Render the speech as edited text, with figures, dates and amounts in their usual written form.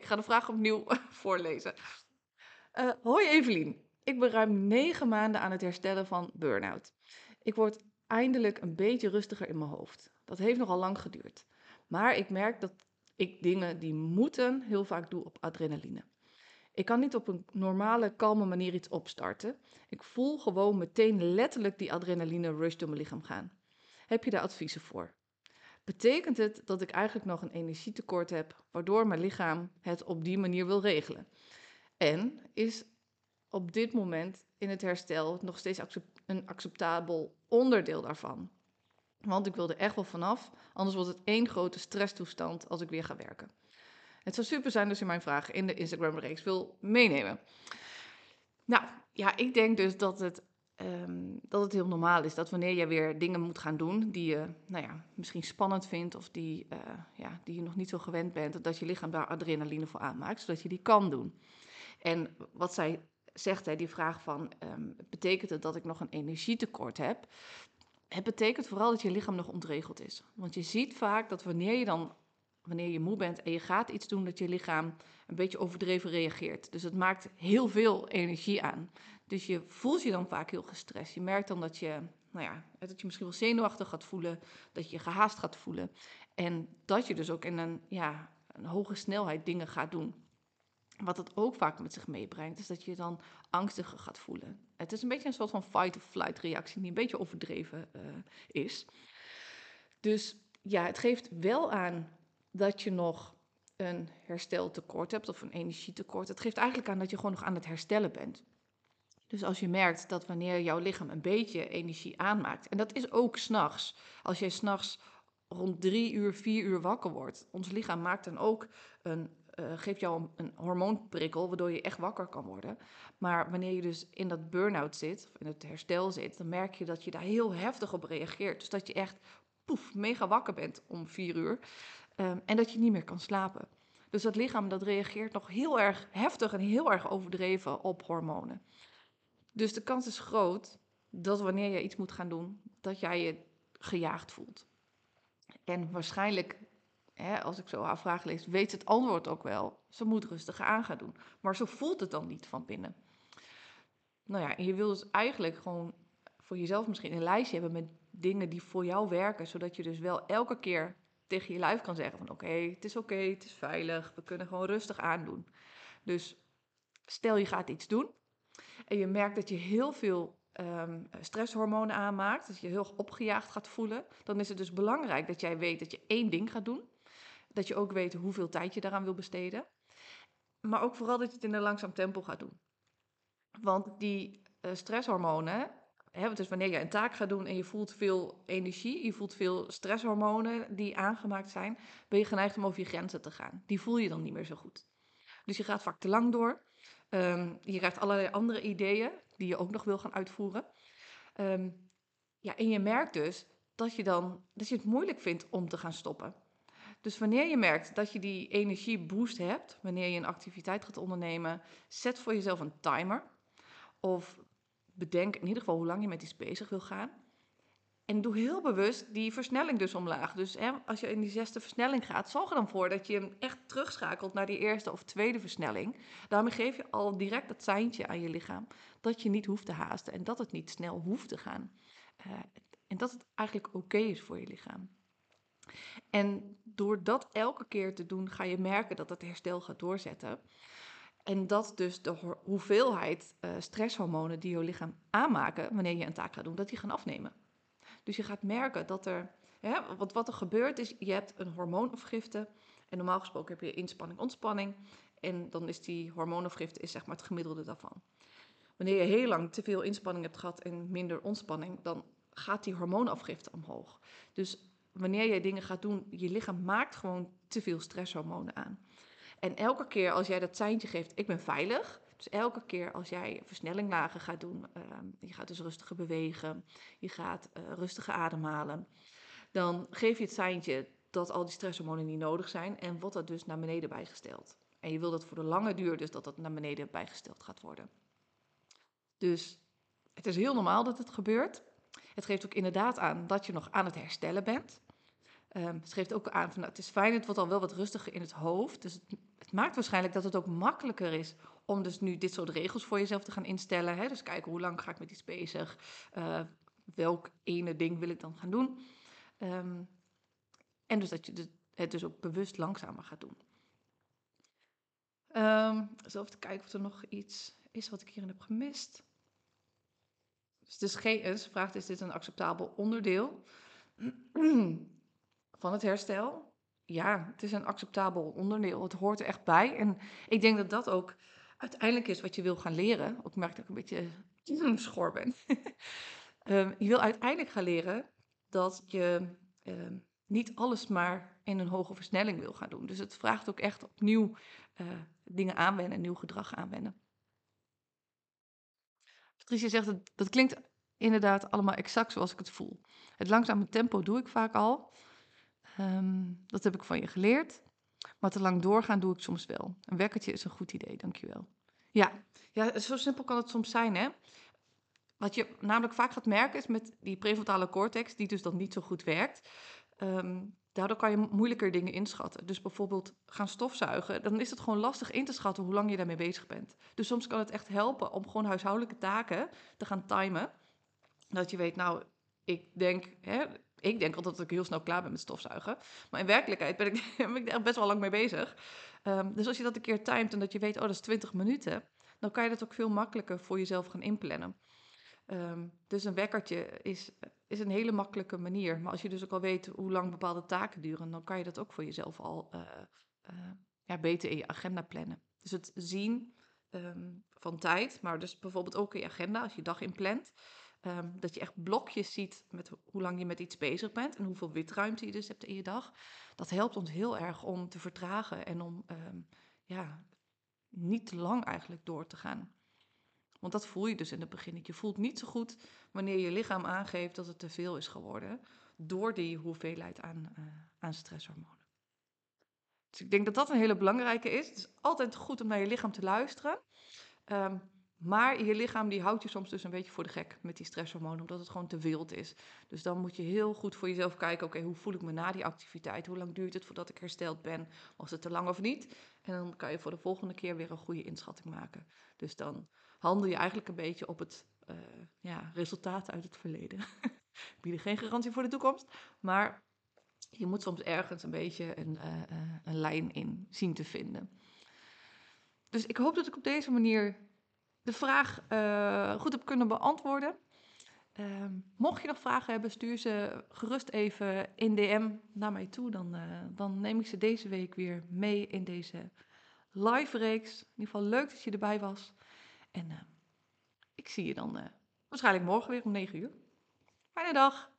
ga de vraag opnieuw voorlezen. Hoi Evelien, ik ben ruim 9 maanden aan het herstellen van burn-out. Ik word eindelijk een beetje rustiger in mijn hoofd. Dat heeft nogal lang geduurd. Maar ik merk dat ik dingen die moeten heel vaak doe op adrenaline. Ik kan niet op een normale, kalme manier iets opstarten. Ik voel gewoon meteen letterlijk die adrenaline rush door mijn lichaam gaan. Heb je daar adviezen voor? Betekent het dat ik eigenlijk nog een energietekort heb, waardoor mijn lichaam het op die manier wil regelen? En is op dit moment in het herstel nog steeds een acceptabel onderdeel daarvan? Want ik wil er echt wel vanaf, anders wordt het één grote stresstoestand als ik weer ga werken. Het zou super zijn als je mijn vragen in de Instagram-reeks wil meenemen. Nou, ja, ik denk dus dat het heel normaal is dat wanneer je weer dingen moet gaan doen die je, nou ja, misschien spannend vindt of die je nog niet zo gewend bent, dat je lichaam daar adrenaline voor aanmaakt, zodat je die kan doen. En wat zij zegt, hè, die vraag van, betekent het dat ik nog een energietekort heb? Het betekent vooral dat je lichaam nog ontregeld is. Want je ziet vaak dat wanneer je moe bent en je gaat iets doen, dat je lichaam een beetje overdreven reageert. Dus het maakt heel veel energie aan. Dus je voelt je dan vaak heel gestrest. Je merkt dan dat je, nou ja, dat je misschien wel zenuwachtig gaat voelen, dat je gehaast gaat voelen. En dat je dus ook in een hoge snelheid dingen gaat doen. Wat het ook vaak met zich meebrengt, is dat je dan angstiger gaat voelen. Het is een beetje een soort van fight-or-flight reactie die een beetje overdreven is. Dus ja, het geeft wel aan dat je nog een hersteltekort hebt of een energietekort. Het geeft eigenlijk aan dat je gewoon nog aan het herstellen bent. Dus als je merkt dat wanneer jouw lichaam een beetje energie aanmaakt, en dat is ook 's nachts, als jij 's nachts rond 3 uur, 4 uur wakker wordt, ons lichaam maakt dan ook geeft jou een hormoonprikkel, waardoor je echt wakker kan worden. Maar wanneer je dus in dat burn-out zit, of in het herstel zit, dan merk je dat je daar heel heftig op reageert. Dus dat je echt, poef, mega wakker bent om 4 uur en dat je niet meer kan slapen. Dus dat lichaam dat reageert nog heel erg heftig en heel erg overdreven op hormonen. Dus de kans is groot dat wanneer je iets moet gaan doen, dat jij je gejaagd voelt. En waarschijnlijk, hè, als ik zo haar vraag lees, weet het antwoord ook wel. Ze moet rustiger aan gaan doen. Maar zo voelt het dan niet van binnen. Nou ja, en je wil dus eigenlijk gewoon voor jezelf misschien een lijstje hebben met dingen die voor jou werken. Zodat je dus wel elke keer tegen je lijf kan zeggen van oké, het is veilig. We kunnen gewoon rustig aandoen. Dus stel je gaat iets doen en je merkt dat je heel veel stresshormonen aanmaakt, dat je heel erg opgejaagd gaat voelen, dan is het dus belangrijk dat jij weet dat je één ding gaat doen. Dat je ook weet hoeveel tijd je daaraan wil besteden. Maar ook vooral dat je het in een langzaam tempo gaat doen. Want die stresshormonen, hè, dus wanneer je een taak gaat doen en je voelt veel energie, je voelt veel stresshormonen die aangemaakt zijn, ben je geneigd om over je grenzen te gaan. Die voel je dan niet meer zo goed. Dus je gaat vaak te lang door. Je krijgt allerlei andere ideeën die je ook nog wil gaan uitvoeren. Ehm, ja, en je merkt dus dat je het moeilijk vindt om te gaan stoppen. Dus wanneer je merkt dat je die energieboost hebt, wanneer je een activiteit gaat ondernemen, zet voor jezelf een timer. Of bedenk in ieder geval hoe lang je met iets bezig wil gaan. En doe heel bewust die versnelling dus omlaag. Dus hè, als je in die zesde versnelling gaat, zorg er dan voor dat je hem echt terugschakelt naar die eerste of tweede versnelling. Daarmee geef je al direct dat seintje aan je lichaam dat je niet hoeft te haasten en dat het niet snel hoeft te gaan. Uh, en dat het eigenlijk oké is voor je lichaam. En door dat elke keer te doen, ga je merken dat het herstel gaat doorzetten. En dat dus de hoeveelheid stresshormonen die je lichaam aanmaken wanneer je een taak gaat doen, dat die gaan afnemen. Dus je gaat merken dat want wat er gebeurt is, je hebt een hormoonafgifte. En normaal gesproken heb je inspanning, ontspanning. En dan is die hormoonafgifte zeg maar het gemiddelde daarvan. Wanneer je heel lang te veel inspanning hebt gehad en minder ontspanning, dan gaat die hormoonafgifte omhoog. Dus wanneer je dingen gaat doen, je lichaam maakt gewoon te veel stresshormonen aan. En elke keer als jij dat seintje geeft, ik ben veilig. Dus elke keer als jij versnelling lager gaat doen, je gaat dus rustiger bewegen, je gaat rustiger ademhalen, dan geef je het seintje dat al die stresshormonen niet nodig zijn en wordt dat dus naar beneden bijgesteld. En je wil dat voor de lange duur dus dat dat naar beneden bijgesteld gaat worden. Dus het is heel normaal dat het gebeurt. Het geeft ook inderdaad aan dat je nog aan het herstellen bent. Het geeft ook aan van het is fijn, het wordt al wel wat rustiger in het hoofd. Dus Het maakt waarschijnlijk dat het ook makkelijker is om dus nu dit soort regels voor jezelf te gaan instellen. Hè? Dus kijken hoe lang ga ik met iets bezig? Eh, welk ene ding wil ik dan gaan doen? Ehm, en dus dat je het dus ook bewust langzamer gaat doen. Eens te kijken of er nog iets is wat ik hierin heb gemist. Dus ze vraagt, is dit een acceptabel onderdeel van het herstel? Ja, het is een acceptabel onderdeel. Het hoort er echt bij. En ik denk dat dat ook uiteindelijk is wat je wil gaan leren. Ik merk dat ik een beetje schor ben. Je wil uiteindelijk gaan leren dat je niet alles maar in een hoge versnelling wil gaan doen. Dus het vraagt ook echt opnieuw dingen aanwennen, nieuw gedrag aanwennen. Patricia zegt, dat klinkt inderdaad allemaal exact zoals ik het voel. Het langzame tempo doe ik vaak al. Dat heb ik van je geleerd. Maar te lang doorgaan doe ik soms wel. Een wekkertje is een goed idee, dankjewel. Ja, zo simpel kan het soms zijn, hè. Wat je namelijk vaak gaat merken is met die prefrontale cortex, die dus dan niet zo goed werkt. Daardoor kan je moeilijker dingen inschatten. Dus bijvoorbeeld gaan stofzuigen, dan is het gewoon lastig in te schatten hoe lang je daarmee bezig bent. Dus soms kan het echt helpen om gewoon huishoudelijke taken te gaan timen. Dat je weet, nou, ik denk altijd dat ik heel snel klaar ben met stofzuigen. Maar in werkelijkheid ben ik er best wel lang mee bezig. Dus als je dat een keer timet en dat je weet, oh, dat is 20 minuten, dan kan je dat ook veel makkelijker voor jezelf gaan inplannen. Dus een wekkertje is een hele makkelijke manier. Maar als je dus ook al weet hoe lang bepaalde taken duren, dan kan je dat ook voor jezelf al beter in je agenda plannen. Dus het zien van tijd, maar dus bijvoorbeeld ook in je agenda, als je dag inplant, dat je echt blokjes ziet met hoe lang je met iets bezig bent en hoeveel witruimte je dus hebt in je dag. Dat helpt ons heel erg om te vertragen en om niet te lang eigenlijk door te gaan. Want dat voel je dus in het begin. Je voelt niet zo goed wanneer je lichaam aangeeft dat het te veel is geworden door die hoeveelheid aan stresshormonen. Dus ik denk dat dat een hele belangrijke is. Het is altijd goed om naar je lichaam te luisteren. Maar je lichaam die houdt je soms dus een beetje voor de gek met die stresshormonen, omdat het gewoon te wild is. Dus dan moet je heel goed voor jezelf kijken, oké, hoe voel ik me na die activiteit? Hoe lang duurt het voordat ik hersteld ben? Was het te lang of niet? En dan kan je voor de volgende keer weer een goede inschatting maken. Dus dan handel je eigenlijk een beetje op het resultaat uit het verleden. Ik bied geen garantie voor de toekomst, maar je moet soms ergens een beetje een lijn in zien te vinden. Dus ik hoop dat ik op deze manier de vraag goed heb kunnen beantwoorden. Mocht je nog vragen hebben, stuur ze gerust even in DM naar mij toe. Dan neem ik ze deze week weer mee in deze live-reeks. In ieder geval leuk dat je erbij was. En ik zie je dan waarschijnlijk morgen weer om 9 uur. Fijne dag!